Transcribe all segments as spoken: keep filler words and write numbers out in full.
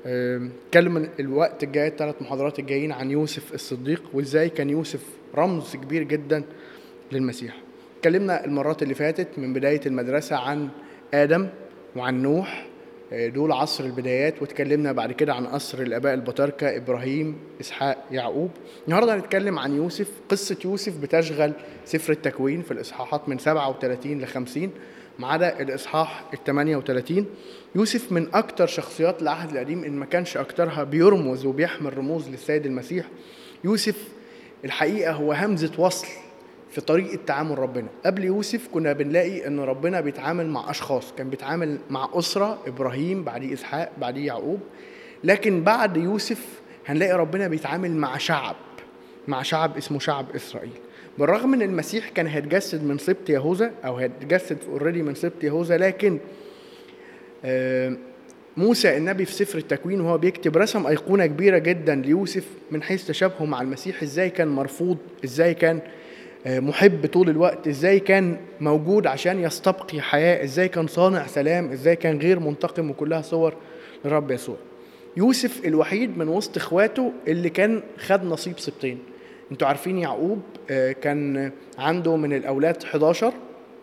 اتكلم الوقت الجاي الثلاث محاضرات الجايين عن يوسف الصديق وازاي كان يوسف رمز كبير جدا للمسيح. اتكلمنا المرات اللي فاتت من بداية المدرسة عن آدم وعن نوح، دول عصر البدايات، واتكلمنا بعد كده عن عصر الآباء البطاركة إبراهيم إسحاق يعقوب. النهاردة هنتكلم عن يوسف. قصة يوسف بتشغل سفر التكوين في الإصحاحات من سبعة وثلاثين ل خمسين ما عدا الإصحاح الثمانية وثلاثين. يوسف من أكتر شخصيات العهد القديم إن ما كانش أكترها بيرمز وبيحمل رموز للسيد المسيح. يوسف الحقيقة هو همزة وصل في طريقة تعامل ربنا. قبل يوسف كنا بنلاقي ان ربنا بيتعامل مع اشخاص، كان بيتعامل مع اسرة، ابراهيم بعديه اسحاق بعديه يعقوب. لكن بعد يوسف هنلاقي ربنا بيتعامل مع شعب، مع شعب اسمه شعب اسرائيل. بالرغم من المسيح كان هيتجسد من سبط يهوذا او هيتجسد اوريدي من سبط يهوذا، لكن موسى النبي في سفر التكوين وهو بيكتب رسم ايقونة كبيرة جدا ليوسف من حيث تشابهه مع المسيح، ازاي كان مرفوض، ازاي كان محب طول الوقت، ازاي كان موجود عشان يستبقي حياة، ازاي كان صانع سلام، ازاي كان غير منتقم، وكلها صور لرب يسوع. يوسف الوحيد من وسط اخواته اللي كان خد نصيب سبطين. انتوا عارفين يعقوب كان عنده من الاولاد حداشر،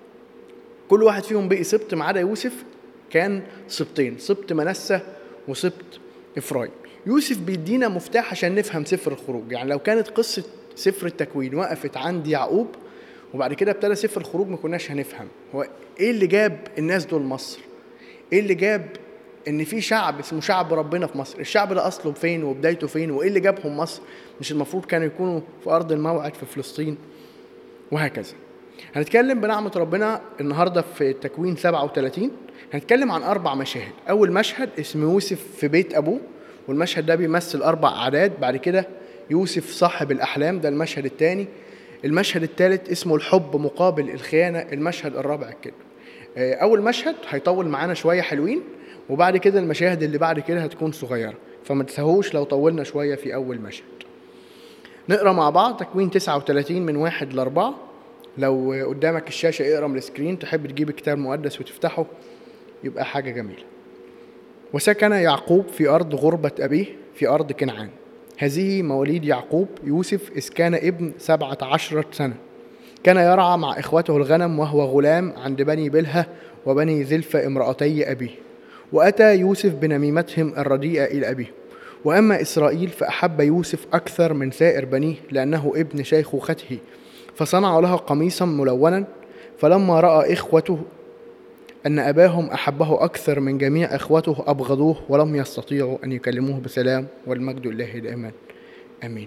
كل واحد فيهم بقي سبط ما عدا يوسف كان سبطين، سبط منسى وسبط افرايم. يوسف بيدينا مفتاح عشان نفهم سفر الخروج. يعني لو كانت قصة سفر التكوين وقفت عند يعقوب وبعد كده ابتدى سفر الخروج ما كناش هنفهم هو ايه اللي جاب الناس دول مصر، ايه اللي جاب ان في شعب اسمه شعب ربنا في مصر. الشعب ده اصله فين وبدايته فين وايه اللي جابهم مصر؟ مش المفروض كانوا يكونوا في ارض الموعد في فلسطين؟ وهكذا. هنتكلم بنعمة ربنا النهاردة في التكوين سبعة وثلاثين. هنتكلم عن اربع مشاهد. اول مشهد اسمه يوسف في بيت ابوه، والمشهد ده بيمثل اربع اعداد. بعد كده يوسف صاحب الأحلام، ده المشهد الثاني. المشهد الثالث اسمه الحب مقابل الخيانة، المشهد الرابع كده. أول مشهد هيطول معانا شوية حلوين، وبعد كده المشاهد اللي بعد كده هتكون صغيرة، فما تسهوش لو طولنا شوية في أول مشهد. نقرأ مع بعض تكوين تسعة وثلاثين من واحد لأربعة. لو قدامك الشاشة اقرأ من السكرين، تحب تجيب الكتاب المقدس وتفتحه يبقى حاجة جميلة. وسكن يعقوب في أرض غربة أبيه في أرض كنعان. هذه مواليد يعقوب يوسف إذ كان ابن سبعة عشر سنة. كان يرعى مع إخوته الغنم وهو غلام عند بني بلهة وبني زلفة امرأتي أبيه. وأتى يوسف بنميمتهم الرديئة إلى أبيه. وأما إسرائيل فأحب يوسف أكثر من سائر بنيه لأنه ابن شيخوخته، فصنع له قميصا ملونا. فلما رأى إخوته أن أباهم أحبه أكثر من جميع إخوته أبغضوه ولم يستطيعوا أن يكلموه بسلام، والمجد لله دائما آمين.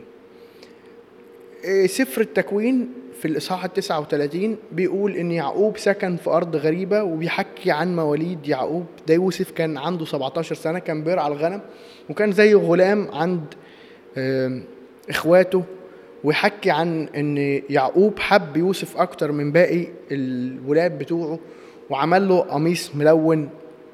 سفر التكوين في الإصحاح التسعة وثلاثين بيقول إن يعقوب سكن في أرض غريبة، وبيحكي عن مواليد يعقوب. ده يوسف كان عنده سبعة عشر سنة، كان بيرعى الغنم وكان زي غلام عند إخواته. ويحكي عن إن يعقوب حب يوسف أكتر من باقي الولاد بتوعه وعمل له قميص ملون،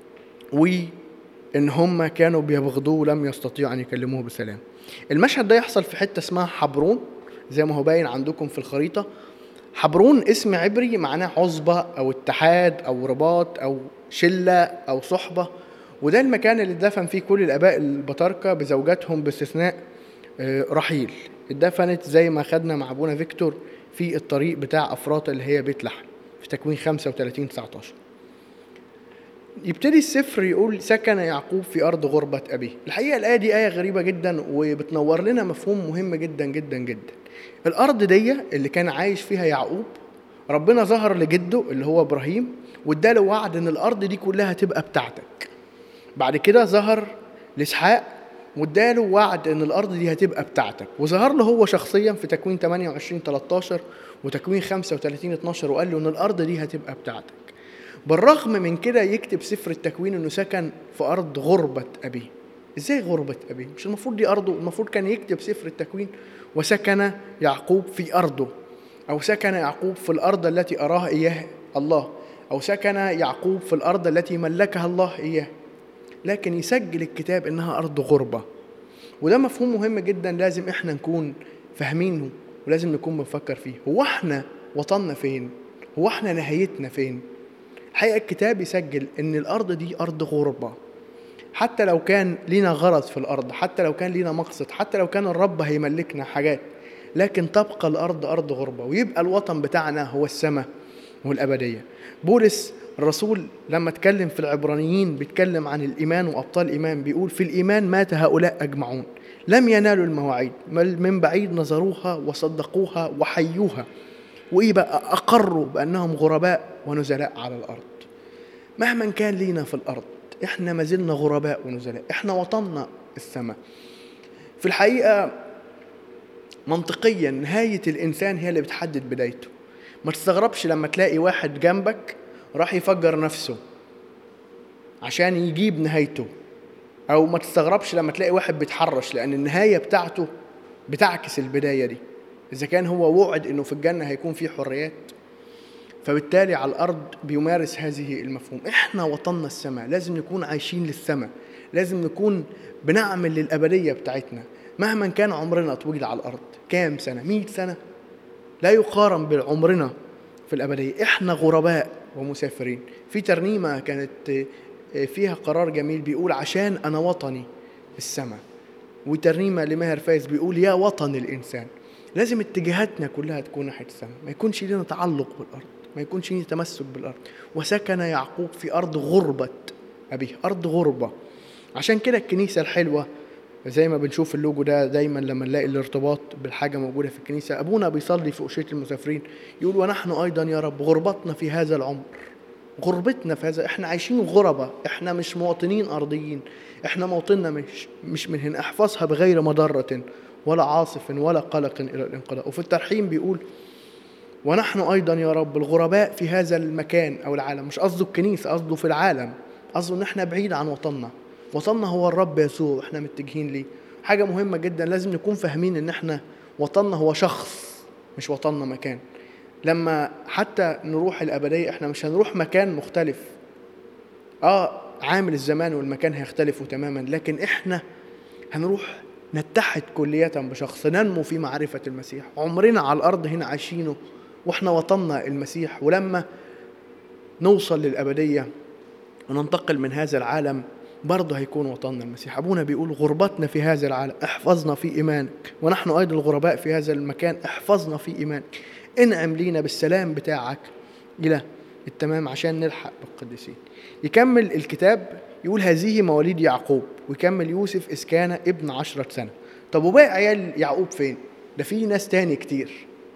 وإن هم كانوا بيبغضوه ولم يستطيعوا أن يكلموه بسلام. المشهد ده يحصل في حتة اسمها حبرون زي ما هو باين عندكم في الخريطة. حبرون اسم عبري معناه عصبة أو اتحاد أو رباط أو شلة أو صحبة، وده المكان اللي دفن فيه كل الآباء البطاركة بزوجاتهم باستثناء رحيل. اتدفنت زي ما خدنا مع أبونا فيكتور في الطريق بتاع أفراط اللي هي بيت لحم في تكوين خمسة وثلاثين تسعة عشر. يبتدي السفر يقول سكن يعقوب في أرض غربة أبيه. الحقيقة الآية دي آية غريبة جدا وبتنور لنا مفهوم مهم جدا جدا جدا. الأرض دي اللي كان عايش فيها يعقوب، ربنا ظهر لجده اللي هو إبراهيم واداله وعد إن الأرض دي كلها تبقى بتاعتك. بعد كده ظهر لإسحاق واداله وعد إن الأرض دي هتبقى بتاعتك، وظهر له هو شخصيا في تكوين ثمانية وعشرين ثلاثة عشر وتكوين خمسة وثلاثين اثناشر وقال له إن الأرض دي هتبقى بتاعتك. بالرغم من كده يكتب سفر التكوين إنه سكن في أرض غربة أبيه. إزاي غربة أبيه؟ مش المفروض دي أرضه؟ المفروض كان يكتب سفر التكوين وسكن يعقوب في أرضه، أو سكن يعقوب في الأرض التي أراه إياه الله، أو سكن يعقوب في الأرض التي ملكها الله إياه. لكن يسجل الكتاب إنها أرض غربة. وده مفهوم مهم جدا لازم إحنا نكون فاهمينه ولازم نكون بنفكر فيه. هو إحنا وطننا فين؟ هو إحنا نهايتنا فين؟ الحقيقة الكتاب يسجل إن الأرض دي أرض غربة. حتى لو كان لينا غرض في الأرض، حتى لو كان لينا مقصد، حتى لو كان الرب هيملكنا حاجات، لكن تبقى الأرض أرض غربة، ويبقى الوطن بتاعنا هو السماء والأبدية. بولس الرسول لما اتكلم في العبرانيين بيتكلم عن الإيمان وأبطال الإيمان، بيقول في الإيمان مات هؤلاء أجمعون لم ينالوا المواعيد، بل من بعيد نظروها وصدقوها وحيوها، وإيه بقى؟ أقروا بأنهم غرباء ونزلاء على الأرض. مهما كان لينا في الأرض إحنا ما زلنا غرباء ونزلاء، إحنا وطننا السماء. في الحقيقة منطقيا نهاية الإنسان هي اللي بتحدد بدايته. ما تستغربش لما تلاقي واحد جنبك راح يفجر نفسه عشان يجيب نهايته، أو ما تستغربش لما تلاقي واحد بيتحرش، لأن النهاية بتاعته بتعكس البداية دي. إذا كان هو وعد إنه في الجنة هيكون فيه حريات، فبالتالي على الأرض بيمارس هذه المفهوم. إحنا وطننا السماء، لازم نكون عايشين للسماء، لازم نكون بنعمل للأبدية بتاعتنا. مهما كان عمرنا طويل على الأرض، كام سنة؟ مئة سنة، لا يقارن بعمرنا في الأبدية. إحنا غرباء ومسافرين. في ترنيمة كانت فيها قرار جميل بيقول عشان أنا وطني السماء، وترنيمة لماهر فايز بيقول يا وطن الإنسان. لازم اتجاهاتنا كلها تكون ناحية السماء، ما يكونش لنا تعلق بالأرض، ما يكونش لنا تمسك بالأرض. وسكن يعقوب في أرض غربة أبيه، أرض غربة. عشان كده الكنيسة الحلوة زي ما بنشوف اللوجو ده دايما لما نلاقي الارتباط بالحاجة موجودة في الكنيسة، أبونا بيصلي في أشية المسافرين يقول ونحن أيضا يا رب غربتنا في هذا العمر، غربتنا في هذا، احنا عايشين غربة، احنا مش مواطنين أرضيين، احنا موطننا مش, مش من هنا. احفظها بغير مضرة ولا عاصف ولا قلق إلى الانقضاء. وفي الترحيم بيقول ونحن أيضا يا رب الغرباء في هذا المكان أو العالم. مش قصده الكنيسة، قصده في العالم، قصده ان احنا بعيد عن وطننا. وطننا هو الرب يسوع واحنا متجهين ليه. حاجة مهمة جدا لازم نكون فاهمين ان احنا وطننا هو شخص، مش وطننا مكان. لما حتى نروح الأبدية احنا مش هنروح مكان مختلف، اه عامل الزمان والمكان هيختلفوا تماما، لكن احنا هنروح نتحد كلية بشخص، ننمو في معرفة المسيح. عمرنا على الأرض هنا عايشينه واحنا وطننا المسيح، ولما نوصل للأبدية وننتقل من هذا العالم برضه هيكون وطننا المسيح. أبونا بيقول غربتنا في هذا العالم احفظنا في إيمانك، ونحن أيضا الغرباء في هذا المكان احفظنا في إيمانك، انعم لينا بالسلام بتاعك إلى التمام عشان نلحق بالقديسين. يكمل الكتاب يقول هذه مواليد يعقوب، ويكمل يوسف إذ كان ابن عشرة سنة. طب وباقي عيال يعقوب فين؟ ده في ناس تاني كتير.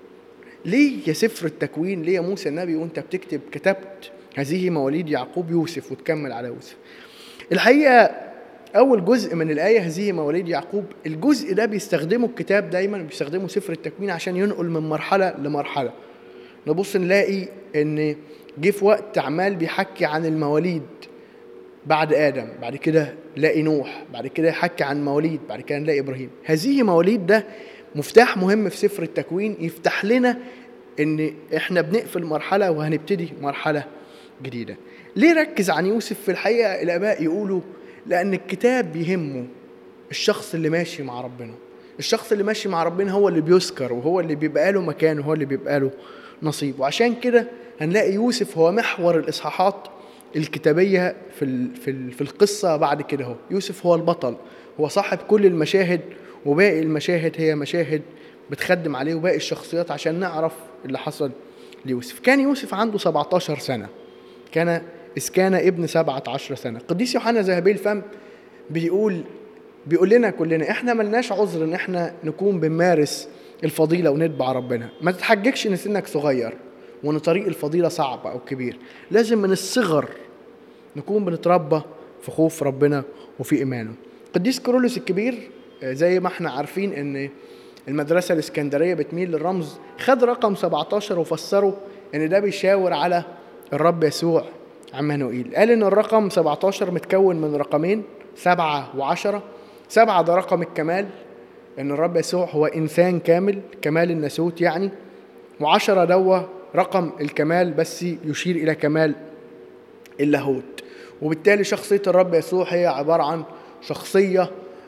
ليه يا سفر التكوين، ليه يا موسى النبي وانت بتكتب كتبت هذه مواليد يعقوب يوسف وتكمل على يوسف؟ الحقيقة أول جزء من الآية هذه مواليد يعقوب، الجزء ده بيستخدمه الكتاب دايما، بيستخدمه سفر التكوين عشان ينقل من مرحلة لمرحلة. نبص نلاقي ان جه في وقت عمال بيحكي عن المواليد بعد آدم، بعد كده نلاقي نوح، بعد كده يحكي عن مواليد، بعد كده نلاقي إبراهيم. هذه مواليد ده مفتاح مهم في سفر التكوين يفتح لنا ان احنا بنقفل مرحلة وهنبتدي مرحلة جديدة. ليه ركز عن يوسف؟ في الحقيقة الآباء يقولوا لأن الكتاب بيهمه الشخص اللي ماشي مع ربنا. الشخص اللي ماشي مع ربنا هو اللي بيذكر، وهو اللي بيبقى له مكان، وهو اللي بيبقى له نصيب. وعشان كده هنلاقي يوسف هو محور الإصحاحات الكتابية في في في القصة. بعد كده هو يوسف هو البطل، هو صاحب كل المشاهد، وباقي المشاهد هي مشاهد بتخدم عليه، وباقي الشخصيات عشان نعرف اللي حصل ليوسف. كان يوسف عنده سبعتاشر سنة، كان إذ كان ابن سبعة عشر سنة. قديس يوحنا ذهبي الفم بيقول بيقول لنا كلنا احنا ملناش عذر ان احنا نكون بنمارس الفضيلة ونتبع ربنا. ما تتحججش ان سنك صغير وان طريق الفضيلة صعب او كبير. لازم من الصغر نكون بنتربى في خوف ربنا وفي ايمانه. قديس كيرلس الكبير زي ما احنا عارفين ان المدرسة الاسكندرية بتميل للرمز، خد رقم سبعتاشر وفسره ان ده بيشاور على الرب يسوع عمانوئيل. قال ان الرقم سبعتاشر متكون من رقمين، سبعة وعشرة. سبعة ده رقم الكمال، ان الرب يسوع هو انسان كامل، كمال الناسوت يعني. وعشرة ده رقم الكمال بس يشير الى كمال اللاهوت. وبالتالي شخصية الرب يسوع هي عبارة عن شخصية،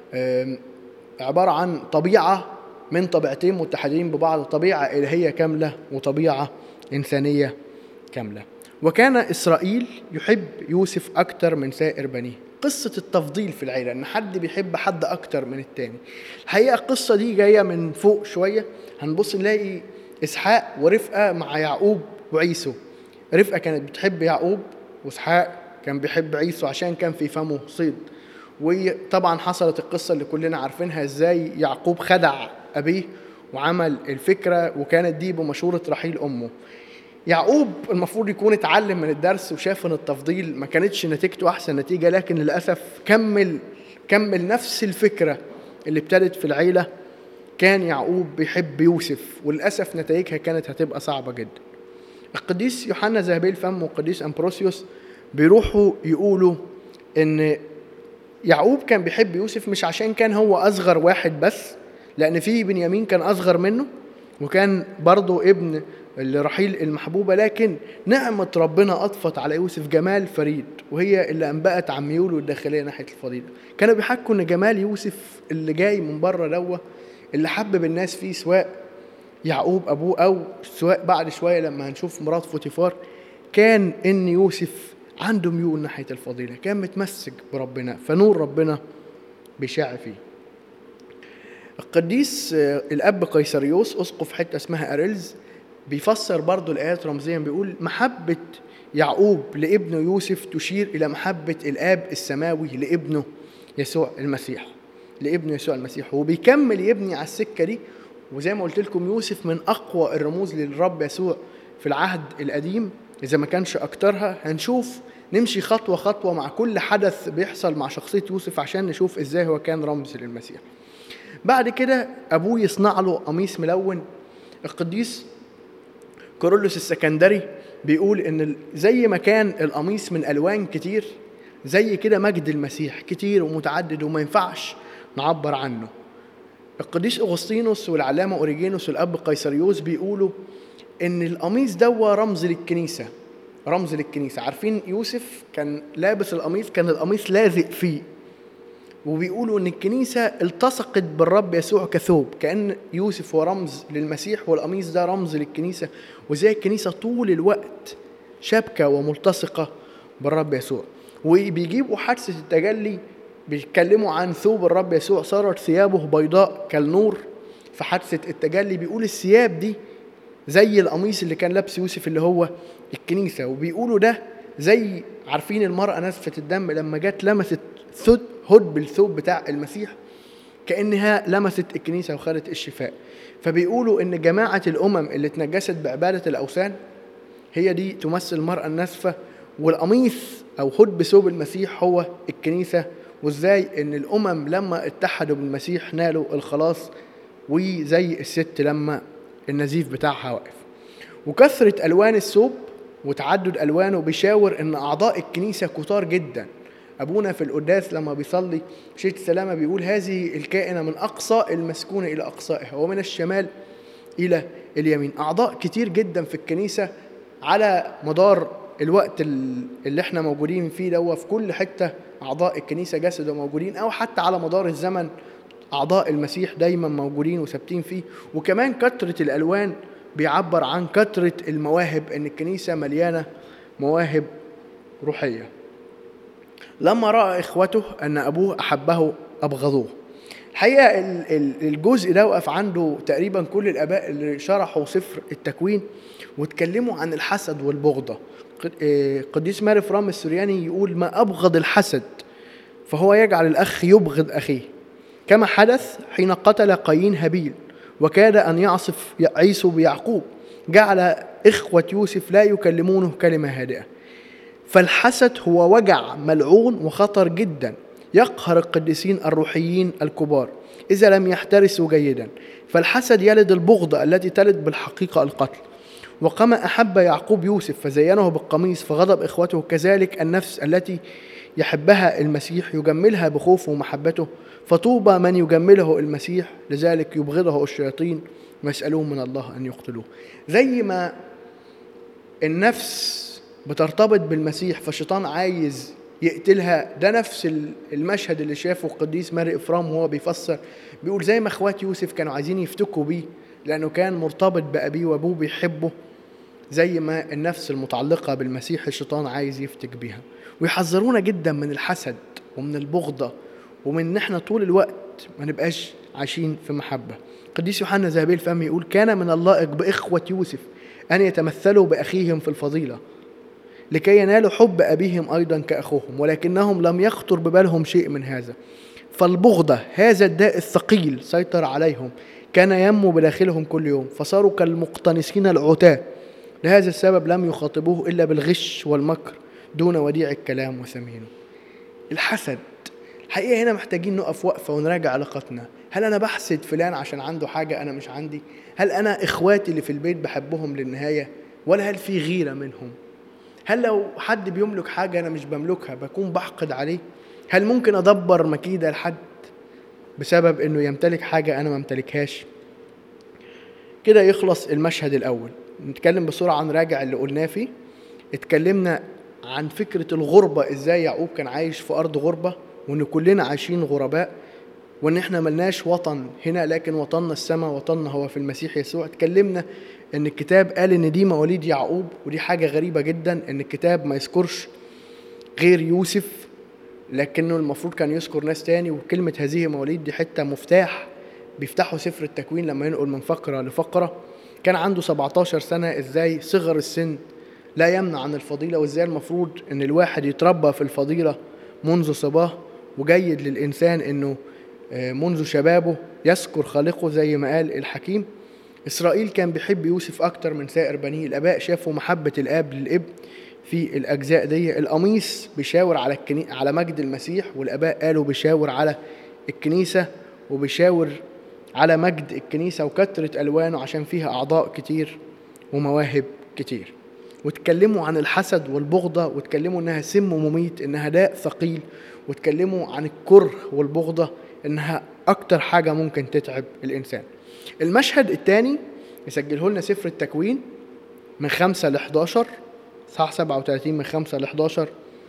عبارة عن طبيعة من طبيعتين متحدين ببعض، طبيعة إلهية كاملة وطبيعة إنسانية كاملة. وكان إسرائيل يحب يوسف أكثر من سائر بنيه. قصة التفضيل في العيلة، ان حد بيحب حد اكتر من التاني. الحقيقة القصة دي جاية من فوق شوية، هنبص نلاقي اسحاق ورفقة مع يعقوب وعيسو. رفقة كانت بتحب يعقوب، واسحاق كان بيحب عيسو عشان كان في فمه صيد. وطبعا حصلت القصة اللي كلنا عارفينها، ازاي يعقوب خدع ابيه وعمل الفكرة، وكانت دي بمشورة رحيل امه. يعقوب المفروض يكون اتعلم من الدرس وشاف ان التفضيل ما كانتش نتيجته احسن نتيجة، لكن للأسف كمل كمل نفس الفكرة اللي ابتدت في العيلة. كان يعقوب بيحب يوسف، وللأسف نتائجها كانت هتبقى صعبة جدا. القديس يوحنا ذهبي الفم والقديس أمبروسيوس بيروحوا يقولوا ان يعقوب كان بيحب يوسف مش عشان كان هو أصغر واحد بس، لأن في بنيامين كان أصغر منه وكان برضو ابن الرحيل المحبوبة، لكن نعمة ربنا أضفت على يوسف جمال فريد، وهي اللي أنبأت عن ميوله الداخلية ناحية الفضيلة. كانوا بيحكوا إن جمال يوسف اللي جاي من بره دوه اللي حبب الناس فيه، سواء يعقوب أبوه أو سواء بعد شوية لما هنشوف مرات فوتيفار، كان إن يوسف عنده ميول ناحية الفضيلة، كان متمسك بربنا، فنور ربنا بيشع فيه. القديس الأب قيصريوس أسقف حتة اسمها أريلز بيفسر برضو الآيات رمزيا، بيقول محبة يعقوب لابنه يوسف تشير إلى محبة الآب السماوي لابنه يسوع المسيح لابنه يسوع المسيح وبيكمل يبني على السكة دي. وزي ما قلت لكم يوسف من أقوى الرموز للرب يسوع في العهد القديم إذا ما كانش أكترها. هنشوف نمشي خطوة خطوة مع كل حدث بيحصل مع شخصية يوسف عشان نشوف إزاي هو كان رمز للمسيح. بعد كده أبوه يصنع له قميص ملون. القديس كورولوس السكندري بيقول إن زي ما كان القميص من ألوان كتير، زي كده مجد المسيح كتير ومتعدد وما ينفعش نعبر عنه. القديس أغسطينوس والعلامة أوريجينوس والأب قيصريوس بيقولوا إن القميص ده رمز للكنيسة، رمز للكنيسة. عارفين يوسف كان لابس القميص، كان القميص لازق فيه، وبيقولوا إن الكنيسة التصقت بالرب يسوع كثوب، كأن يوسف هو رمز للمسيح والقميص ده رمز للكنيسة، وزي الكنيسة طول الوقت شابكة وملتصقة بالرب يسوع. وبيجيبوا حادثة التجلي بيتكلموا عن ثوب الرب يسوع، صارت ثيابه بيضاء كالنور. في حادثة التجلي بيقول الثياب دي زي القميص اللي كان لابس يوسف اللي هو الكنيسة، وبيقولوا ده زي عارفين المرأة نزفة الدم لما جت لمست هد بالثوب بتاع المسيح كأنها لمست الكنيسة وخدت الشفاء. فبيقولوا إن جماعة الأمم اللي اتنجست بعبادة الأوثان هي دي تمثل المرأة النزفة، والقميص أو هد بثوب المسيح هو الكنيسة، وإزاي إن الأمم لما اتحدوا بالمسيح نالوا الخلاص، وزي الست لما النزيف بتاعها واقف. وكثرة ألوان الثوب وتعدد ألوانه بيشاور إن أعضاء الكنيسة كتار جدا. أبونا في القداس لما بيصلي شيخ السلامة بيقول هذه الكائنة من أقصى المسكونة إلى أقصائها ومن الشمال إلى اليمين. أعضاء كتير جدا في الكنيسة على مدار الوقت اللي احنا موجودين فيه ده، في كل حتة أعضاء الكنيسة جسد موجودين، أو حتى على مدار الزمن أعضاء المسيح دايما موجودين وثابتين فيه. وكمان كثرة الألوان بيعبر عن كثرة المواهب، إن الكنيسة مليانة مواهب روحية. لما رأى إخوته أن أبوه أحبه أبغضوه. الحقيقة الجزء ده وقف عنده تقريبا كل الآباء اللي شرحوا سفر التكوين واتكلموا عن الحسد والبغضة. قديس ماري فرام السورياني يقول ما أبغض الحسد فهو يجعل الأخ يبغض أخيه، كما حدث حين قتل قايين هابيل وكاد أن يعصف عيسو بيعقوب، جعل إخوة يوسف لا يكلمونه كلمة هادئة. فالحسد هو وجع ملعون وخطر جدا يقهر القديسين الروحيين الكبار إذا لم يحترسوا جيدا. فالحسد يلد البغضة التي تلد بالحقيقة القتل. وكما أحب يعقوب يوسف فزينه بالقميص فغضب إخوته، كذلك النفس التي يحبها المسيح يجملها بخوفه ومحبته، فطوبى من يجمله المسيح لذلك يبغضه الشياطين ويسألون من الله أن يقتلوه. زي ما النفس بترتبط بالمسيح فالشيطان عايز يقتلها، ده نفس المشهد اللي شافه القديس ماري إفرام وهو بيفسر، بيقول زي ما اخوات يوسف كانوا عايزين يفتكوا بيه لأنه كان مرتبط بأبيه وأبوه بيحبه، زي ما النفس المتعلقة بالمسيح الشيطان عايز يفتك بيها. ويحذرونا جدا من الحسد ومن البغضة ومن ان احنا طول الوقت ما نبقاش عايشين في محبة. قديس يوحنا ذهبي الفم يقول: كان من اللائق بإخوة يوسف أن يتمثلوا بأخيهم في الفضيلة لكي ينالوا حب أبيهم أيضا كأخوهم، ولكنهم لم يخطر ببالهم شيء من هذا، فالبغضة هذا الداء الثقيل سيطر عليهم، كان ينمو بداخلهم كل يوم، فصاروا كالمقتنسين العتاة. لهذا السبب لم يخاطبوه إلا بالغش والمكر دون وديع الكلام وثمينه. الحسد الحقيقة هنا محتاجين نقف وقفة ونراجع علاقتنا. هل أنا بحسد فلان عشان عنده حاجة أنا مش عندي؟ هل أنا إخواتي اللي في البيت بحبهم للنهاية؟ ولا هل في غيرة منهم؟ هل لو حد بيملك حاجة أنا مش بملكها بكون بحقد عليه؟ هل ممكن أدبر مكيدة لحد بسبب أنه يمتلك حاجة أنا ما امتلكهاش؟ كده يخلص المشهد الأول. نتكلم بسرعة عن راجع اللي قلناه فيه. اتكلمنا عن فكرة الغربة، إزاي يعقوب كان عايش في أرض غربة، وإن كلنا عايشين غرباء، وإن إحنا ملناش وطن هنا لكن وطننا السماء، وطننا هو في المسيح يسوع. اتكلمنا إن الكتاب قال إن دي مواليد يعقوب، ودي حاجة غريبة جدا إن الكتاب ما يذكرش غير يوسف، لكنه المفروض كان يذكر ناس تاني. وكلمة هذه مواليد دي حتة مفتاح بيفتحوا سفر التكوين لما ينقل من فقرة لفقرة. كان عنده سبعتاشر سنة، إزاي صغر السن لا يمنع عن الفضيلة، وإزاي المفروض إن الواحد يتربى في الفضيلة منذ صباه، وجيد للإنسان إنه منذ شبابه يذكر خالقه زي ما قال الحكيم. إسرائيل كان بيحب يوسف أكتر من سائر بنيه. الآباء شافوا محبة الآب للابن في الأجزاء دي. القميص بيشاور على الكني... على مجد المسيح، والآباء قالوا بيشاور على الكنيسة، وبيشاور على مجد الكنيسة وكثرة ألوانه عشان فيها أعضاء كتير ومواهب كتير. وتكلموا عن الحسد والبغضة، وتكلموا إنها سم مميت، إنها داء ثقيل، وتكلموا عن الكره والبغضة إنها أكتر حاجة ممكن تتعب الإنسان. المشهد الثاني يسجله لنا سفر التكوين من خمسة لحداشر، صح سبعة وثلاثين من خمسة لحداشر،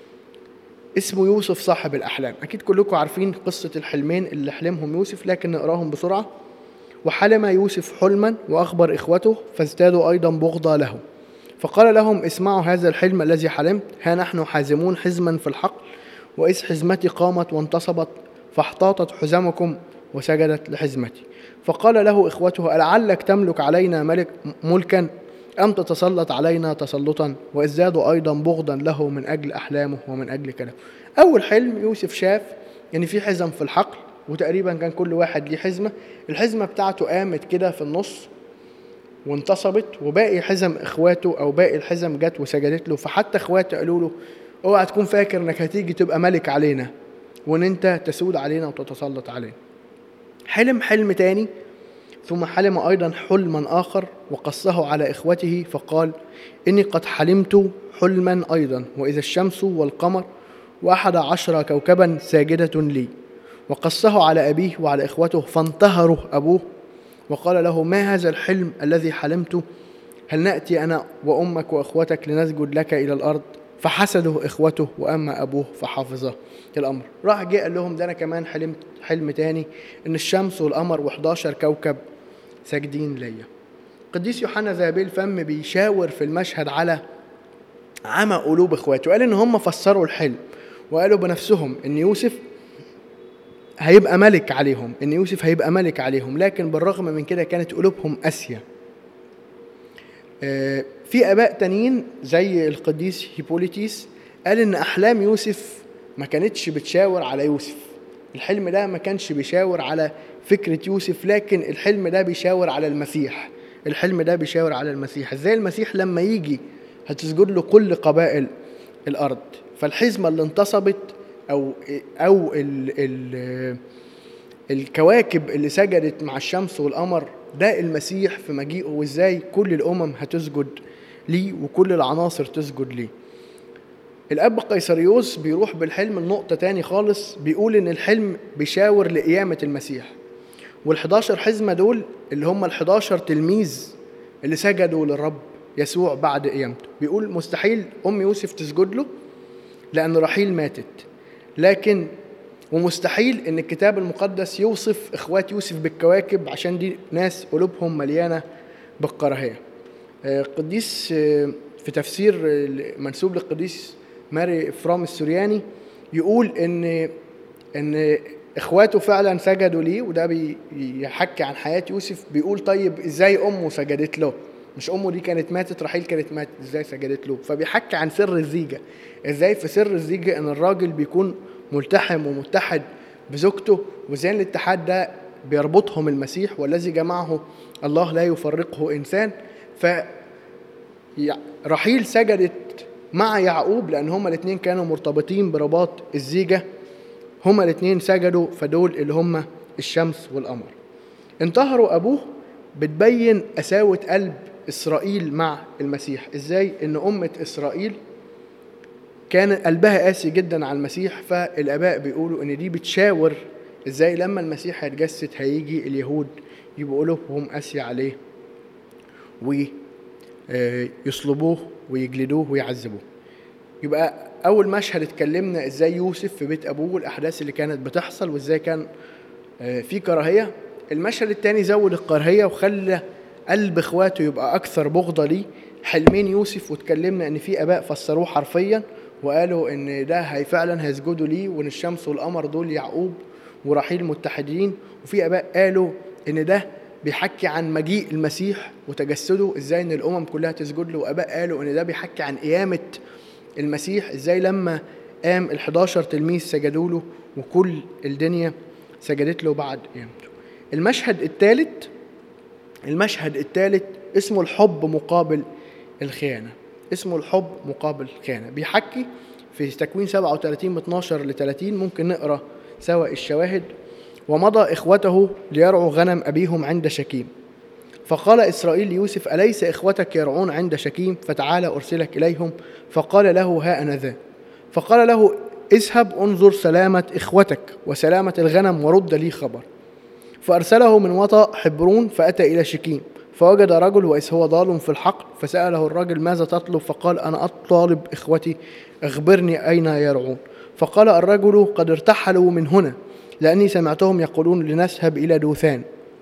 اسمه يوسف صاحب الأحلام. أكيد كلكم عارفين قصة الحلمين اللي حلمهم يوسف، لكن نقراهم بسرعة. وحلم يوسف حلما وأخبر إخوته فازدادوا أيضا بغضا له، فقال لهم: اسمعوا هذا الحلم الذي حلمت، ها نحن حازمون حزما في الحقل، وإذ حزمتي قامت وانتصبت فاحتاطت حزمكم وسجدت لحزمتي. فقال له إخوته: ألعلك تملك علينا ملك ملكا أم تتسلط علينا تسلطا؟ وازدادوا أيضا بغضا له من أجل أحلامه ومن أجل كلامه. أول حلم يوسف شاف يعني في حزم في الحقل، وتقريبا كان كل واحد ليه حزمة. الحزمة بتاعته قامت كده في النص وانتصبت، وباقي حزم إخواته أو باقي الحزم جت وسجدت له. فحتى إخواته قالوا له: اوعى تكون فاكر انك هتيجي تبقى ملك علينا وان انت تسود علينا وتتسلط علينا. حلم حلم تاني، ثم حلم أيضا حلما آخر وقصه على إخوته فقال: إني قد حلمت حلما أيضا، وإذا الشمس والقمر وأحد عشر كوكبا ساجدة لي. وقصه على أبيه وعلى إخوته فانتهروا أبوه وقال له: ما هذا الحلم الذي حلمته؟ هل نأتي أنا وأمك وأخوتك لنسجد لك إلى الأرض؟ فحسده إخوته، وأما أبوه فحافظه الأمر. راح جاء قال لهم: ده أنا كمان حلمت حلم تاني، إن الشمس والقمر وحداشر كوكب ساجدين ليا. قديس يوحنا ذهبي الفم بيشاور في المشهد على عمى قلوب إخواته. قال إن هم فسروا الحلم وقالوا بنفسهم إن يوسف هيبقى ملك عليهم، إن يوسف هيبقى ملك عليهم، لكن بالرغم من كده كانت قلوبهم قاسية. في آباء تانيين زي القديس هيبوليتيس قال إن أحلام يوسف ما كانتش بتشاور على يوسف. الحلم ده ما كانش بيشاور على فكرة يوسف، لكن الحلم ده بيشاور على المسيح. الحلم ده بيشاور على المسيح، ازاي المسيح لما يجي هتسجد له كل قبائل الأرض. فالحزمة اللي انتصبت أو أو ال ال الكواكب اللي سجدت مع الشمس والقمر ده المسيح في مجيئه، وازاي كل الأمم هتسجد ليه وكل العناصر تسجد ليه. الأب قيصريوس بيروح بالحلم لنقطة تاني خالص، بيقول إن الحلم بيشاور لقيامة المسيح، والحداشر حزمة دول اللي هم الحداشر تلميذ اللي سجدوا للرب يسوع بعد قيامته. بيقول مستحيل أم يوسف تسجد له لأن رحيل ماتت، لكن ومستحيل إن الكتاب المقدس يوصف إخوات يوسف بالكواكب عشان دي ناس قلوبهم مليانة بالكراهية. قديس في تفسير منسوب للقديس ماري إفرام السورياني يقول ان ان اخواته فعلا سجدوا ليه، وده بيحكي عن حياة يوسف. بيقول طيب ازاي امه سجدت له؟ مش امه دي كانت ماتت، رحيل كانت ماتت، ازاي سجدت له؟ فبيحكي عن سر الزيجة، ازاي في سر الزيجة ان الراجل بيكون ملتحم ومتحد بزوجته، وزي الاتحاد ده بيربطهم المسيح، والذي جمعه الله لا يفرقه انسان. فرحيل سجدت مع يعقوب لان هما الاثنين كانوا مرتبطين برباط الزيجة، هما الاثنين سجدوا، فدول اللي هما الشمس والقمر. انتهروا ابوه، بتبين قساوة قلب اسرائيل مع المسيح، ازاي ان امة اسرائيل كان قلبها قاسي جدا على المسيح. فالاباء بيقولوا ان دي بتشاور ازاي لما المسيح هيتجسد هيجي اليهود يبقوا قلوبهم قاسية عليه ويصلبوه ويجلدوه ويعذبوه. يبقى اول مشهد اتكلمنا ازاي يوسف في بيت ابوه والاحداث اللي كانت بتحصل وازاي كان في كراهية. المشهد الثاني زود الكراهية وخلى قلب اخواته يبقى اكثر بغضة ليه، حلمين يوسف. واتكلمنا ان في اباء فسروه حرفيا وقالوا ان ده هي فعلا هيسجدوا ليه، وان الشمس والقمر دول يعقوب ورحيل متحدين. وفي اباء قالوا ان ده بيحكي عن مجيء المسيح وتجسده، ازاي ان الامم كلها تسجد له. واباء قالوا ان ده بيحكي عن قيامة المسيح، ازاي لما قام الحداشر تلميذ سجدوا له وكل الدنيا سجدت له بعد قيامته. المشهد الثالث المشهد الثالث اسمه الحب مقابل الخيانة. اسمه الحب مقابل الخيانة. بيحكي في تكوين سبعة وثلاثين من اثناشر ل ثلاثين، ممكن نقرأ سوا الشواهد. ومضى إخوته ليرعوا غنم أبيهم عند شكيم، فقال إسرائيل ليوسف أليس إخوتك يرعون عند شكيم؟ فتعال أرسلك إليهم. فقال له ها أنا ذا. فقال له اذهب انظر سلامة إخوتك وسلامة الغنم ورد لي خبر. فأرسله من وطأ حبرون فأتى إلى شكيم، فوجد رجل وإذ هو ضال في الحقل، فسأله الرجل ماذا تطلب؟ فقال أنا أطالب إخوتي، أخبرني أين يرعون. فقال الرجل قد ارتحلوا من هنا، لأني سمعتهم يقولون لنذهب إلى دوثان.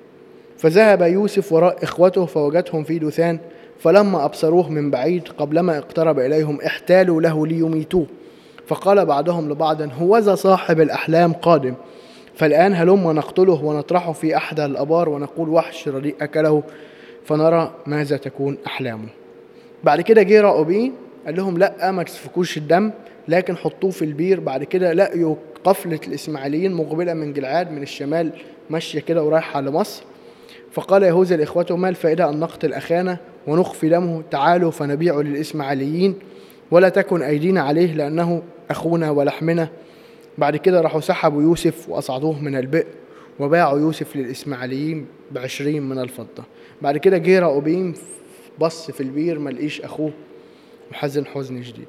فذهب يوسف وراء إخوته فوجدهم في دوثان، فلما أبصروه من بعيد قبلما اقترب إليهم احتالوا له ليميتوه. فقال بعضهم لبعض هوذا صاحب الأحلام قادم، فالآن هلما نقتله ونطرحه في أحدى الأبار ونقول وحش رديء أكله، فنرى ماذا تكون أحلامه. بعد كده جه راؤوبين قال لهم لا ما تسفكوش الدم، لكن حطوه في البير. بعد كده لقيوا قفلة الإسماعيليين مقبلة من جلعاد من الشمال ماشية كده ورايحة لمصر. فقال يهوذا لإخوته ما الفائدة أن نقتل أخانا ونخفي دمه؟ تعالوا فنبيعه للإسماعيليين ولا تكن أيدينا عليه لأنه أخونا ولحمنا. بعد كده راحوا سحبوا يوسف وأصعدوه من البئر وباعوا يوسف للإسماعيليين بعشرين من الفضة. بعد كده جه راؤوبين بص في البير ملقيش أخوه وحزن حزن شديد.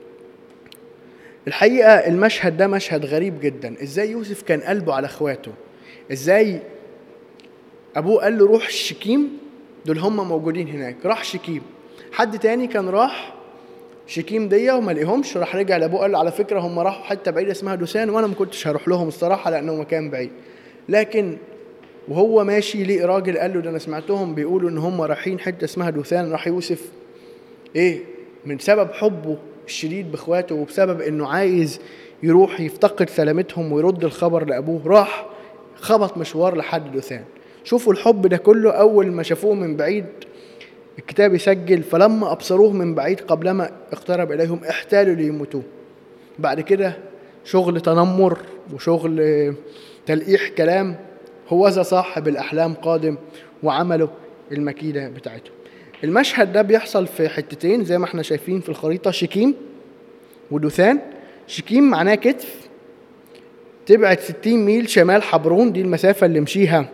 الحقيقة المشهد ده مشهد غريب جدا. إزاي يوسف كان قلبه على أخواته، إزاي أبوه قال له روح شكيم، دول هم موجودين هناك، راح شكيم. حد تاني كان راح شكيم دي وما لقيهمش، راح رجع لأبوه قال له على فكرة هم راحوا حتة بعيدة اسمها دوثان وأنا ما كنتش هروح لهم الصراحة لأنه مكان بعيد. لكن وهو ماشي لقى راجل قال له ده أنا سمعتهم بيقولوا إن هم رايحين حتة اسمها دوثان. راح يوسف إيه من سبب حبه الشديد بإخواته وبسبب إنه عايز يروح يفتقد سلامتهم ويرد الخبر لأبوه، راح خبط مشوار لحد دوثان. شوفوا الحب ده كله. أول ما شافوه من بعيد الكتاب يسجل فلما أبصروه من بعيد قبلما اقترب إليهم احتالوا ليموتوه. بعد كده شغل تنمر وشغل تلقيح كلام، هوذا صاحب الأحلام قادم، وعملوا المكيدة بتاعته. المشهد ده بيحصل في حتتين زي ما احنا شايفين في الخريطة، شكيم ودوثان. شكيم معناه كتف، تبعد ستين ميل شمال حبرون، دي المسافة اللي مشيها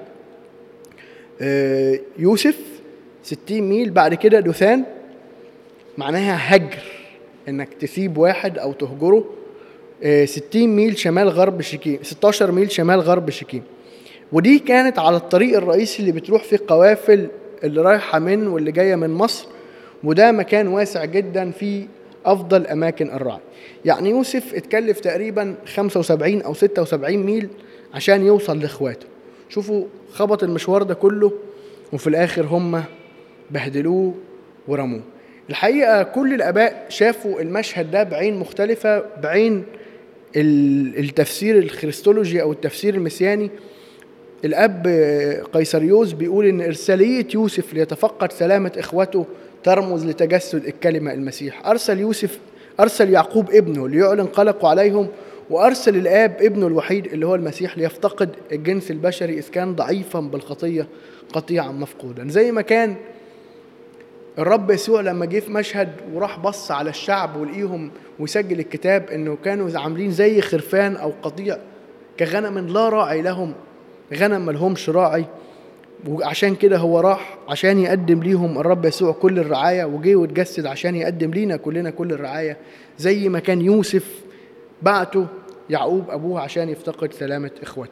يوسف ستين ميل. بعد كده دوثان معناها هجر، انك تسيب واحد او تهجره، ستين ميل شمال غرب شكيم، ستاشر ميل شمال غرب شكيم. ودي كانت على الطريق الرئيسي اللي بتروح فيه قوافل اللي رايحة من واللي جاية من مصر، وده مكان واسع جدا في أفضل أماكن الرعي. يعني يوسف اتكلف تقريبا خمسة وسبعين أو ستة وسبعين ميل عشان يوصل لإخواته. شوفوا خبط المشوار ده كله وفي الآخر هم بهدلوه ورموه. الحقيقة كل الآباء شافوا المشهد ده بعين مختلفة، بعين التفسير الخريستولوجي أو التفسير المسياني، الأب قيصريوس بيقول إن إرسالية يوسف ليتفقد سلامة إخوته ترمز لتجسد الكلمة المسيح. أرسل يوسف أرسل يعقوب ابنه ليعلن قلقه عليهم، وأرسل الآب ابنه الوحيد اللي هو المسيح ليفتقد الجنس البشري إذ كان ضعيفا بالخطية قطيعا مفقودا. زي ما كان الرب يسوع لما جه في مشهد وراح بص على الشعب ولقيهم ويسجل الكتاب إنه كانوا عاملين زي خرفان أو قطيع كغنم لا راعي لهم، غنم ملهمش راعي، وعشان كده هو راح عشان يقدم ليهم الرب يسوع كل الرعاية، وجي وتجسد عشان يقدم لينا كلنا كل الرعاية، زي ما كان يوسف بعته يعقوب أبوه عشان يفتقد سلامة إخوته.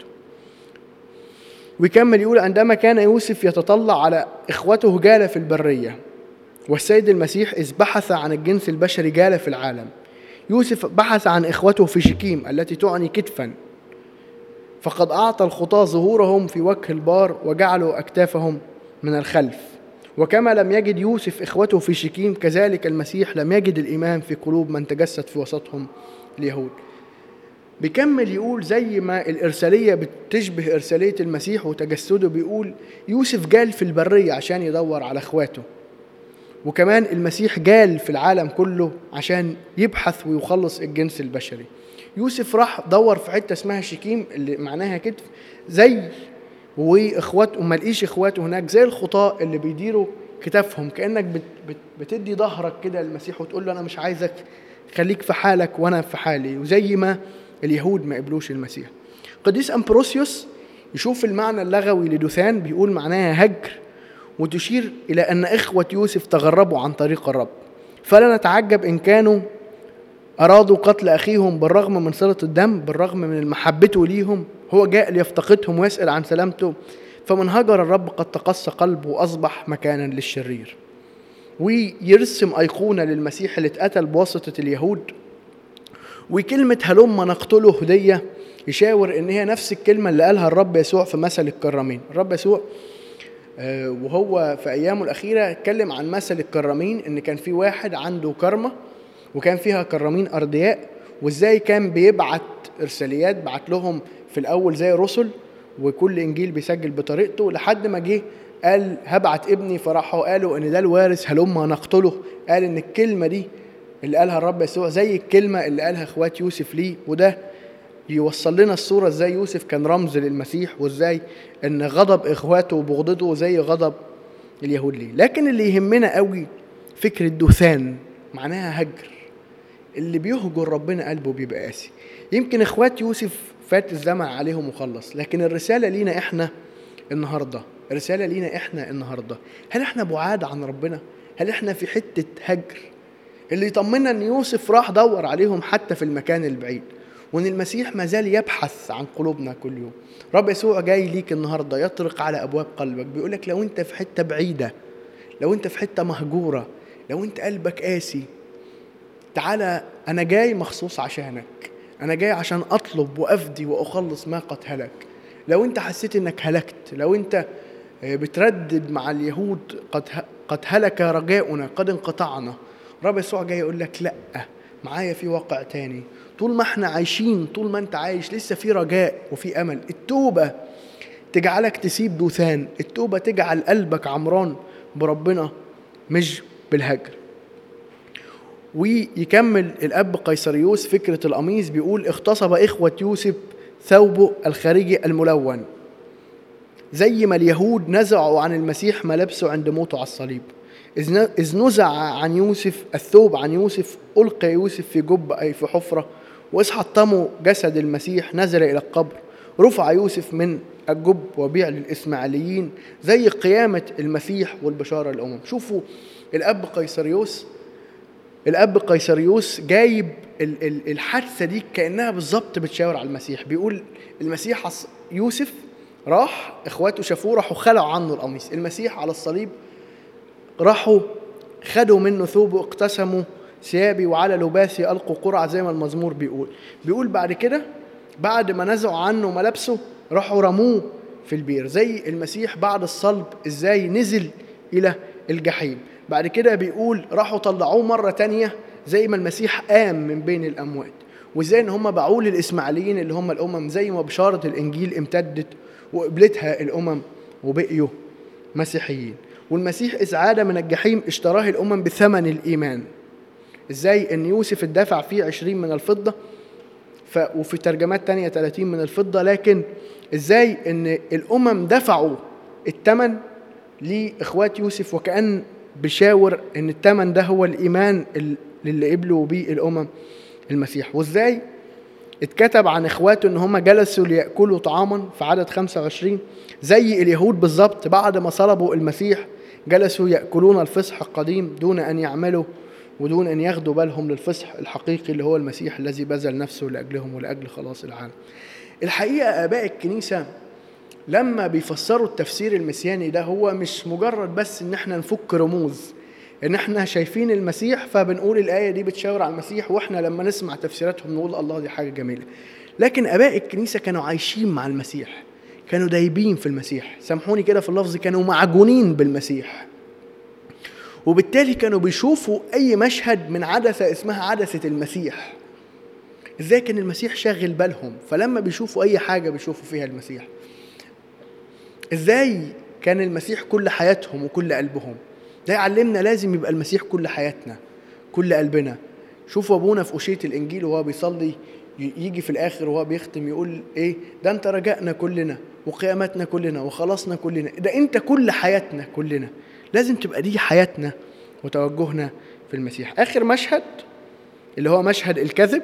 ويكمل يقول: عندما كان يوسف يتطلع على إخوته جال في البرية، والسيد المسيح إذ بحث عن الجنس البشري جال في العالم. يوسف بحث عن إخوته في شكيم التي تعني كتفا، فقد أعطى الخطاة ظهورهم في وجه البار وجعلوا أكتافهم من الخلف. وكما لم يجد يوسف إخوته في شكيم، كذلك المسيح لم يجد الإيمان في قلوب من تجسد في وسطهم اليهود. بيكمل يقول زي ما الإرسالية بتشبه إرسالية المسيح وتجسده، بيقول يوسف جال في البرية عشان يدور على إخواته، وكمان المسيح جال في العالم كله عشان يبحث ويخلص الجنس البشري. يوسف راح دور في حتة اسمها شكيم اللي معناها كتف، زي واخواته وما لقيش اخواته هناك، زي الخطاة اللي بيديروا كتافهم، كأنك بت بت بتدي ظهرك كده للمسيح وتقول له أنا مش عايزك، خليك في حالك وأنا في حالي، وزي ما اليهود ما قبلوش المسيح. قديس أمبروسيوس يشوف المعنى اللغوي لدوثان، بيقول معناها هجر، وتشير إلى أن إخوة يوسف تغربوا عن طريق الرب، فلا نتعجب إن كانوا أرادوا قتل أخيهم بالرغم من صلة الدم، بالرغم من محبته ليهم، هو جاء ليفتقدهم ويسأل عن سلامته، فمن هجر الرب قد تقسى قلبه وأصبح مكانا للشرير. ويرسم أيقونة للمسيح اللي اتقتل بواسطة اليهود، وكلمة هلم نقتله هدية يشاور إن هي نفس الكلمة اللي قالها الرب يسوع في مثل الكرامين. الرب يسوع وهو في أيامه الأخيرة اتكلم عن مثل الكرامين، إن كان في واحد عنده كرمة وكان فيها كرامين أردياء، وإزاي كان بيبعت إرساليات، بعت لهم في الأول زي رسل، وكل إنجيل بيسجل بطريقته، لحد ما جه قال هبعت ابني، فراحوا قالوا إن ده الوارث هلما نقتله. قال إن الكلمة دي اللي قالها الرب يسوع زي الكلمة اللي قالها إخوات يوسف ليه، وده يوصل لنا الصورة إزاي يوسف كان رمز للمسيح، وإزاي إن غضب إخواته وبغضته زي غضب اليهود ليه. لكن اللي يهمنا قوي فكرة دوثان، معناها هجر، اللي بيهجر ربنا قلبه بيبقى قاسي. يمكن إخوات يوسف فات الزمن عليهم وخلص، لكن الرسالة لينا إحنا النهاردة، الرسالة لينا إحنا النهاردة، هل إحنا بعاد عن ربنا؟ هل إحنا في حتة هجر؟ اللي يطمنا إن يوسف راح دور عليهم حتى في المكان البعيد، وإن المسيح ما زال يبحث عن قلوبنا كل يوم. رب يسوع جاي ليك النهاردة يطرق على أبواب قلبك، بيقولك لو أنت في حتة بعيدة، لو أنت في حتة مهجورة، لو أنت قلبك قاسي، تعالى أنا جاي مخصوص عشانك، أنا جاي عشان أطلب وأفدي وأخلص ما قد هلك. لو أنت حسيت إنك هلكت، لو أنت بتردد مع اليهود قد قد هلك رجاؤنا قد انقطعنا، رب يسوع جاي يقول لك لأ، معايا في واقع تاني. طول ما احنا عايشين، طول ما انت عايش، لسه في رجاء وفي أمل. التوبة تجعلك تسيب دوثان، التوبة تجعل قلبك عمران بربنا مش بالهجر. ويكمل الأب قيصريوس فكرة القميص، بيقول اغتصب إخوة يوسف ثوبه الخارجي الملون، زي ما اليهود نزعوا عن المسيح ملابسه عند موته على الصليب. إذ نزع عن يوسف الثوب عن يوسف، ألقى يوسف في جب أي في حفرة، وإذ حطموا جسد المسيح نزل إلى القبر، رفع يوسف من الجب وبيع للإسماعيليين، زي قيامة المسيح والبشارة للأمم. شوفوا الأب قيصريوس الأب قيصريوس جايب الحادثة دي كأنها بالظبط بتشاور على المسيح. بيقول المسيح يوسف راح، إخواته شافوه راحوا خلعوا عنه القميص، المسيح على الصليب راحوا خدوا منه ثوبه، اقتسموا ثيابي وعلى لباسي ألقوا قرعة، زي ما المزمور بيقول. بيقول بعد كده بعد ما نزعوا عنه ملابسه راحوا رموه في البير، زي المسيح بعد الصلب ازاي نزل إلى الجحيم. بعد كده بيقول راحوا طلعوه مرة تانية زي ما المسيح قام من بين الأموات. وازاي ان هم باعوه للاسماعيليين اللي هم الامم، زي ما بشاره الانجيل امتدت وقبلتها الامم وبقيوا مسيحيين. والمسيح اذ عاد من الجحيم اشتراه الامم بثمن الايمان. ازاي ان يوسف اتدفع فيه عشرين من الفضه، ف وفي ترجمات تانية ثلاثين من الفضه، لكن ازاي ان الامم دفعوا الثمن لاخوات يوسف، وكأن بشاور ان الثمن ده هو الايمان اللي قبلوا بيه الامم المسيح. وازاي اتكتب عن اخواته ان هم جلسوا ليأكلوا طعاما في عدد خمسة وعشرين، زي اليهود بالظبط بعد ما صلبوا المسيح جلسوا يأكلون الفصح القديم دون ان يعملوا ودون ان ياخدوا بالهم للفصح الحقيقي اللي هو المسيح الذي بذل نفسه لاجلهم ولاجل خلاص العالم. الحقيقه اباء الكنيسه لما بيفسروا التفسير المسياني ده، هو مش مجرد بس ان احنا نفك رموز، ان احنا شايفين المسيح فبنقول الآية دي بتشاور على المسيح، واحنا لما نسمع تفسيراتهم نقول الله دي حاجة جميلة. لكن اباء الكنيسة كانوا عايشين مع المسيح، كانوا دايبين في المسيح، سامحوني كده في اللفظ، كانوا معجونين بالمسيح، وبالتالي كانوا بيشوفوا اي مشهد من عدسة اسمها عدسة المسيح. ازاي كان المسيح شاغل بالهم، فلما بيشوفوا اي حاجة بيشوفوا فيها المسيح. ازاي كان المسيح كل حياتهم وكل قلبهم. ده يعلمنا لازم يبقى المسيح كل حياتنا كل قلبنا. شوفوا ابونا في أشية الانجيل وهو بيصلي يجي في الاخر وهو بيختم يقول ايه؟ ده انت رجائنا كلنا وقيامتنا كلنا وخلاصنا كلنا، ده انت كل حياتنا كلنا. لازم تبقى دي حياتنا وتوجهنا في المسيح. اخر مشهد اللي هو مشهد الكذب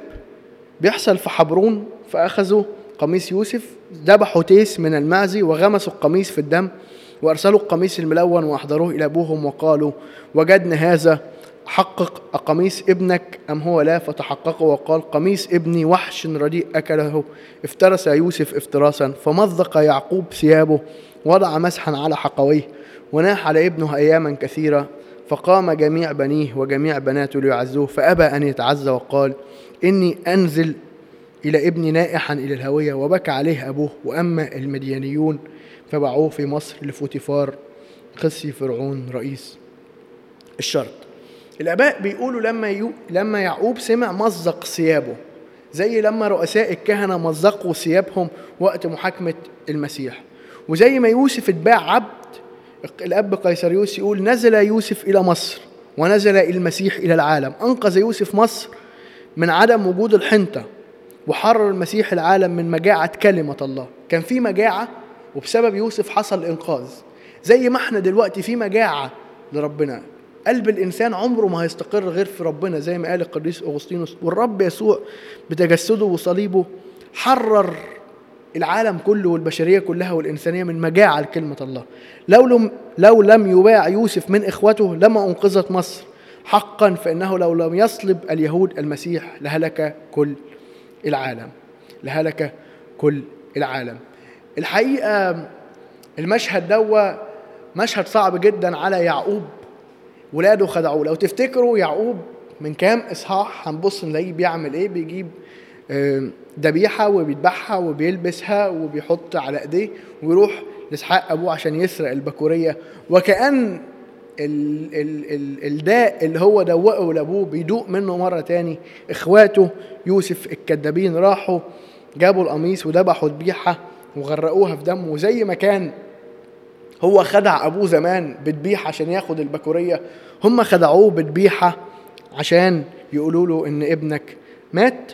بيحصل في حبرون، فاخذوا قميص يوسف، ذبحوا تيس من المعزي وغمسوا القميص في الدم، وأرسلوا القميص الملون وأحضروه إلى أبوهم وقالوا وجدنا هذا، حقق قميص ابنك أم هو لا؟ فتحققوا وقال قميص ابني وحش رديء أكله، افترس يوسف افتراسا. فمزق يعقوب ثيابه، وضع مسحا على حقويه، وناح على ابنه أياما كثيرة. فقام جميع بنيه وجميع بناته ليعزوه، فأبى أن يتعزى وقال إني أنزل إلى ابني نائحا إلى الهوية. وبكى عليه أبوه. وأما المديانيون فباعوه في مصر لفوتيفار قسي فرعون رئيس الشرط. الآباء بيقولوا لما يو... لما يعقوب سمع مزق ثيابه، زي لما رؤساء الكهنة مزقوا ثيابهم وقت محاكمة المسيح. وزي ما يوسف اتباع عبد، الأب قيصريوس يقول نزل يوسف إلى مصر ونزل المسيح إلى العالم. أنقذ يوسف مصر من عدم وجود الحنطة، وحرر المسيح العالم من مجاعة كلمة الله. كان في مجاعة وبسبب يوسف حصل إنقاذ. زي ما احنا دلوقتي في مجاعة لربنا، قلب الإنسان عمره ما هيستقر غير في ربنا، زي ما قال القديس أغسطينوس. والرب يسوع بتجسده وصليبه حرر العالم كله والبشرية كلها والإنسانية من مجاعة لكلمة الله. لو لم, لو لم يباع يوسف من إخوته لما أنقذت مصر حقا، فإنه لو لم يصلب اليهود المسيح لهلك كل العالم لهلك كل العالم. الحقيقة المشهد ده مشهد صعب جدا على يعقوب. ولاده خدعوه. لو تفتكروا يعقوب من كام إصحاح هنبص نلاقيه بيعمل إيه؟ بيجيب ذبيحة وبيذبحها وبيلبسها وبيحط على إيديه ويروح لإسحاق أبوه عشان يسرق البكورية. وكأن ال ال ال الداء اللي هو دوقه لأبوه بيدوق منه مرة تاني. إخواته يوسف الكذابين راحوا جابوا القميص وذبحوا ذبيحة وغرقوها في دمه. وزي ما كان هو خدع أبوه زمان بذبيحة عشان ياخد البكورية، هم خدعوه بذبيحة عشان يقولوا له إن ابنك مات.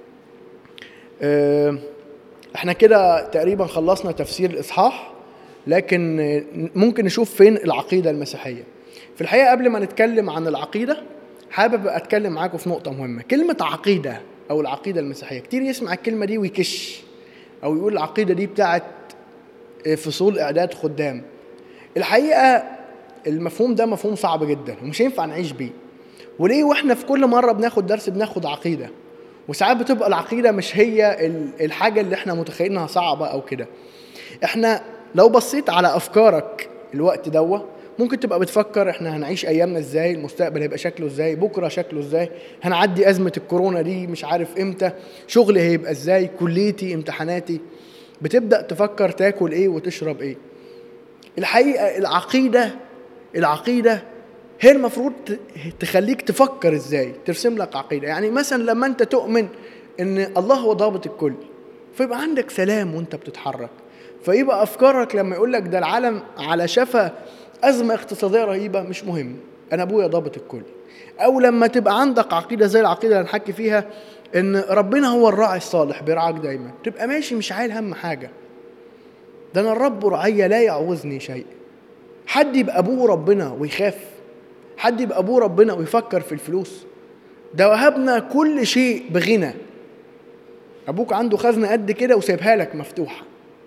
اه احنا كده تقريبا خلصنا تفسير الإصحاح، لكن ممكن نشوف فين العقيدة المسيحية. في الحقيقة قبل ما نتكلم عن العقيدة حابب أتكلم معاكم في نقطة مهمة. كلمة عقيدة أو العقيدة المسيحية، كتير يسمع الكلمة دي ويكش أو يقول العقيدة دي بتاعت فصول إعداد خدام. الحقيقة المفهوم ده مفهوم صعب جدا ومش ينفع نعيش بيه. وليه؟ وإحنا في كل مرة بناخد درس بناخد عقيدة، وساعات بتبقى العقيدة مش هي الحاجة اللي إحنا متخيلينها صعبة أو كده. إحنا لو بصيت على أفكارك الوقت دوه ممكن تبقى بتفكر إحنا هنعيش أيامنا إزاي، المستقبل هيبقى شكله إزاي، بكرة شكله إزاي، هنعدي أزمة الكورونا دي مش عارف إمتى، شغلي هيبقى إزاي، كليتي، امتحاناتي. بتبدأ تفكر تاكل إيه وتشرب إيه. الحقيقة العقيدة العقيدة هي المفروض تخليك تفكر إزاي، ترسم لك عقيدة. يعني مثلا لما أنت تؤمن ان الله هو ضابط الكل، فيبقى عندك سلام وانت بتتحرك. فيبقى افكارك لما يقول لك ده العالم على شفا ازمه اقتصاديه رهيبه، مش مهم، انا ابويا ضابط الكل. او لما تبقى عندك عقيده زي العقيده اللي هنحكي فيها ان ربنا هو الراعي الصالح بيرعاك دايما، تبقى ماشي مش عايل هم حاجه، ده انا الرب رعايا لا يعوزني شيء. حد يبقى ابوه ربنا ويخاف؟ حد يبقى ابوه ربنا ويفكر في الفلوس؟ ده وهبنا كل شيء بغنى. ابوك عنده خزنه قد كده وسايبها لك مفتوحه،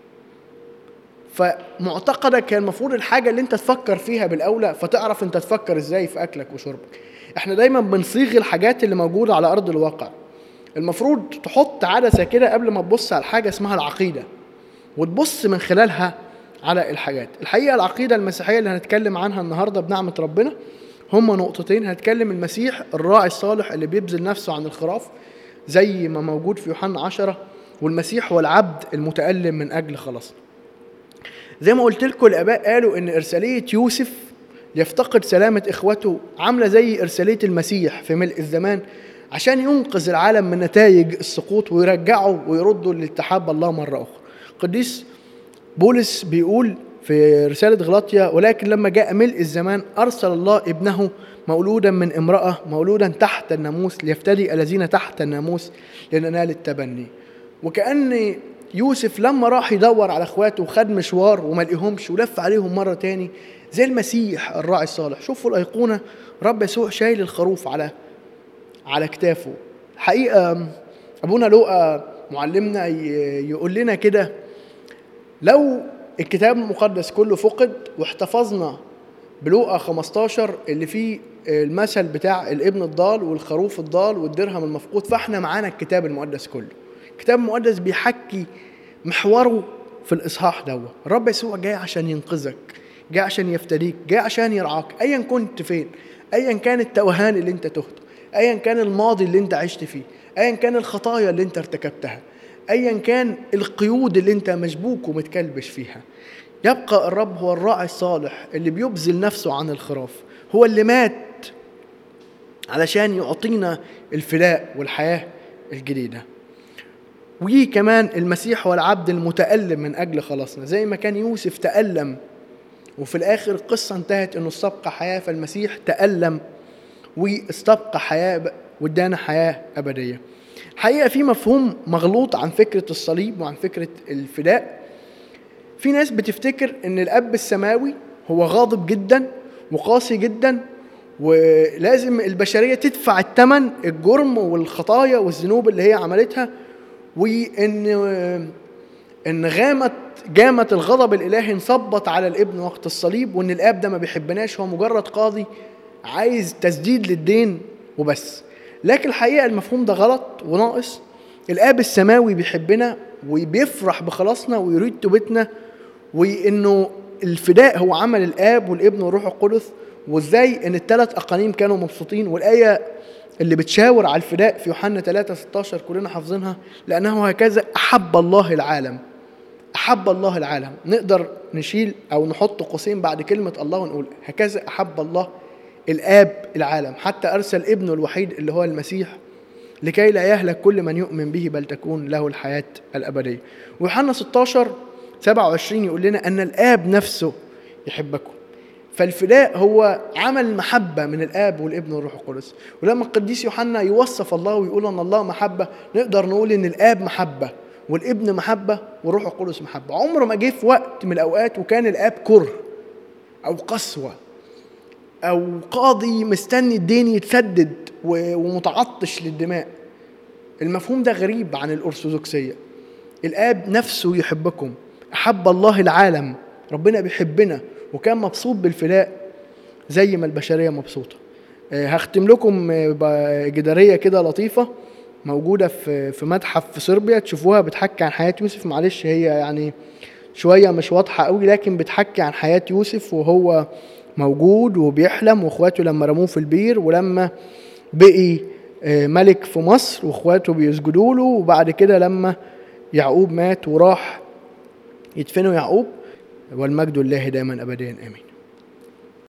فمعتقدك كان المفروض الحاجه اللي انت تفكر فيها بالاولى، فتعرف انت تفكر ازاي في اكلك وشربك. احنا دايما بنصيغ الحاجات اللي موجوده على ارض الواقع. المفروض تحط عدسه كده قبل ما تبص على حاجه اسمها العقيده، وتبص من خلالها على الحاجات. الحقيقه العقيده المسيحيه اللي هنتكلم عنها النهارده بنعمه ربنا هما نقطتين. هنتكلم المسيح الراعي الصالح اللي بيبذل نفسه عن الخراف زي ما موجود في يوحنا عشرة، والمسيح هو العبد المتألم من أجل خلاصنا. زي ما قلت لكم الآباء قالوا إن إرسالية يوسف يفتقد سلامة إخوته عاملة زي إرسالية المسيح في ملء الزمان عشان ينقذ العالم من نتائج السقوط ويرجعه ويرده للاتحاد بالله مرة أخرى. قديس بولس بيقول في رسالة غلاطيا: ولكن لما جاء ملء الزمان أرسل الله ابنه مولودا من امرأة مولودا تحت الناموس ليفتدي الذين تحت الناموس لننال التبني. وكأن يوسف لما راح يدور على اخواته وخد مشوار وما لقيهمش ولف عليهم مرة تاني زي المسيح الراعي الصالح. شوفوا الأيقونة، رب يسوع شايل الخروف على على كتافه. حقيقة أبونا لوقا معلمنا يقول لنا كده: لو الكتاب المقدس كله فقد واحتفظنا بلوقا خمستاشر اللي فيه المثل بتاع الابن الضال والخروف الضال والدرهم المفقود، فاحنا معانا الكتاب المقدس كله. الكتاب المقدس بيحكي محوره في الإصحاح دوت. الرب يسوع جاي عشان ينقذك، جاي عشان يفتديك، جاي عشان يرعاك أيا كنت فين، أيا كان التوهان اللي انت تهته، أيا كان الماضي اللي انت عشت فيه، أيا كان الخطايا اللي انت ارتكبتها، أيا كان القيود اللي انت مشبوك ومتكلبش فيها. يبقى الرب هو الراعي الصالح اللي بيبذل نفسه عن الخراف، هو اللي مات علشان يعطينا الفداء والحياة الجديدة. ويه كمان المسيح هو العبد المتألم من أجل خلاصنا، زي ما كان يوسف تألم وفي الآخر القصة انتهت إنه استبقى حياة، فالمسيح تألم واستبقى حياة وادانا حياة أبدية. الحقيقة في مفهوم مغلوط عن فكرة الصليب وعن فكرة الفداء. في ناس بتفتكر إن الأب السماوي هو غاضب جدا وقاسي جدا ولازم البشرية تدفع الثمن الجرم والخطايا والذنوب اللي هي عملتها، وإن إن غامت جامت الغضب الإلهي انصبت على الابن وقت الصليب، وإن الآب ده ما بيحبناش، هو مجرد قاضي عايز تسديد للدين وبس. لكن الحقيقة المفهوم ده غلط وناقص. الآب السماوي بيحبنا وبيفرح بخلاصنا ويريد توبتنا، وإنه الفداء هو عمل الآب والابن والروح القدس، وإزاي إن الثلاث أقانيم كانوا مبسوطين. والآية اللي بتشاور على الفداء في يوحنا ثلاثة ستاشر كلنا حافظينها: لأنه هكذا أحب الله العالم. أحب الله العالم نقدر نشيل أو نحط قوسين بعد كلمة الله ونقول هكذا أحب الله الآب العالم حتى أرسل ابنه الوحيد اللي هو المسيح لكي لا يهلك كل من يؤمن به بل تكون له الحياة الأبدية. ويوحنا ستاشر سبعة وعشرين يقول لنا أن الآب نفسه يحبكم. فالفداء هو عمل محبة من الآب والابن والروح القدس. ولما القديس يوحنا يوصف الله ويقول أن الله محبة، نقدر نقول أن الآب محبة والابن محبة والروح القدس محبة. عمره ما جه في وقت من الأوقات وكان الآب كره أو قسوة أو قاضي مستني الدين يتسدد ومتعطش للدماء. المفهوم ده غريب عن الأرثوذكسية. الآب نفسه يحبكم، أحب الله العالم، ربنا بيحبنا وكان مبسوط بالفداء زي ما البشرية مبسوطة. هختم لكم جدارية كده لطيفة موجودة في في متحف في صربيا، تشوفوها بتحكي عن حياة يوسف. معلش هي يعني شوية مش واضحة قوي، لكن بتحكي عن حياة يوسف وهو موجود وبيحلم، واخواته لما رموه في البير، ولما بقي ملك في مصر واخواته بيسجدوا له، وبعد كده لما يعقوب مات وراح يدفنوا يعقوب. والمجد لله دائما أبديا آمين.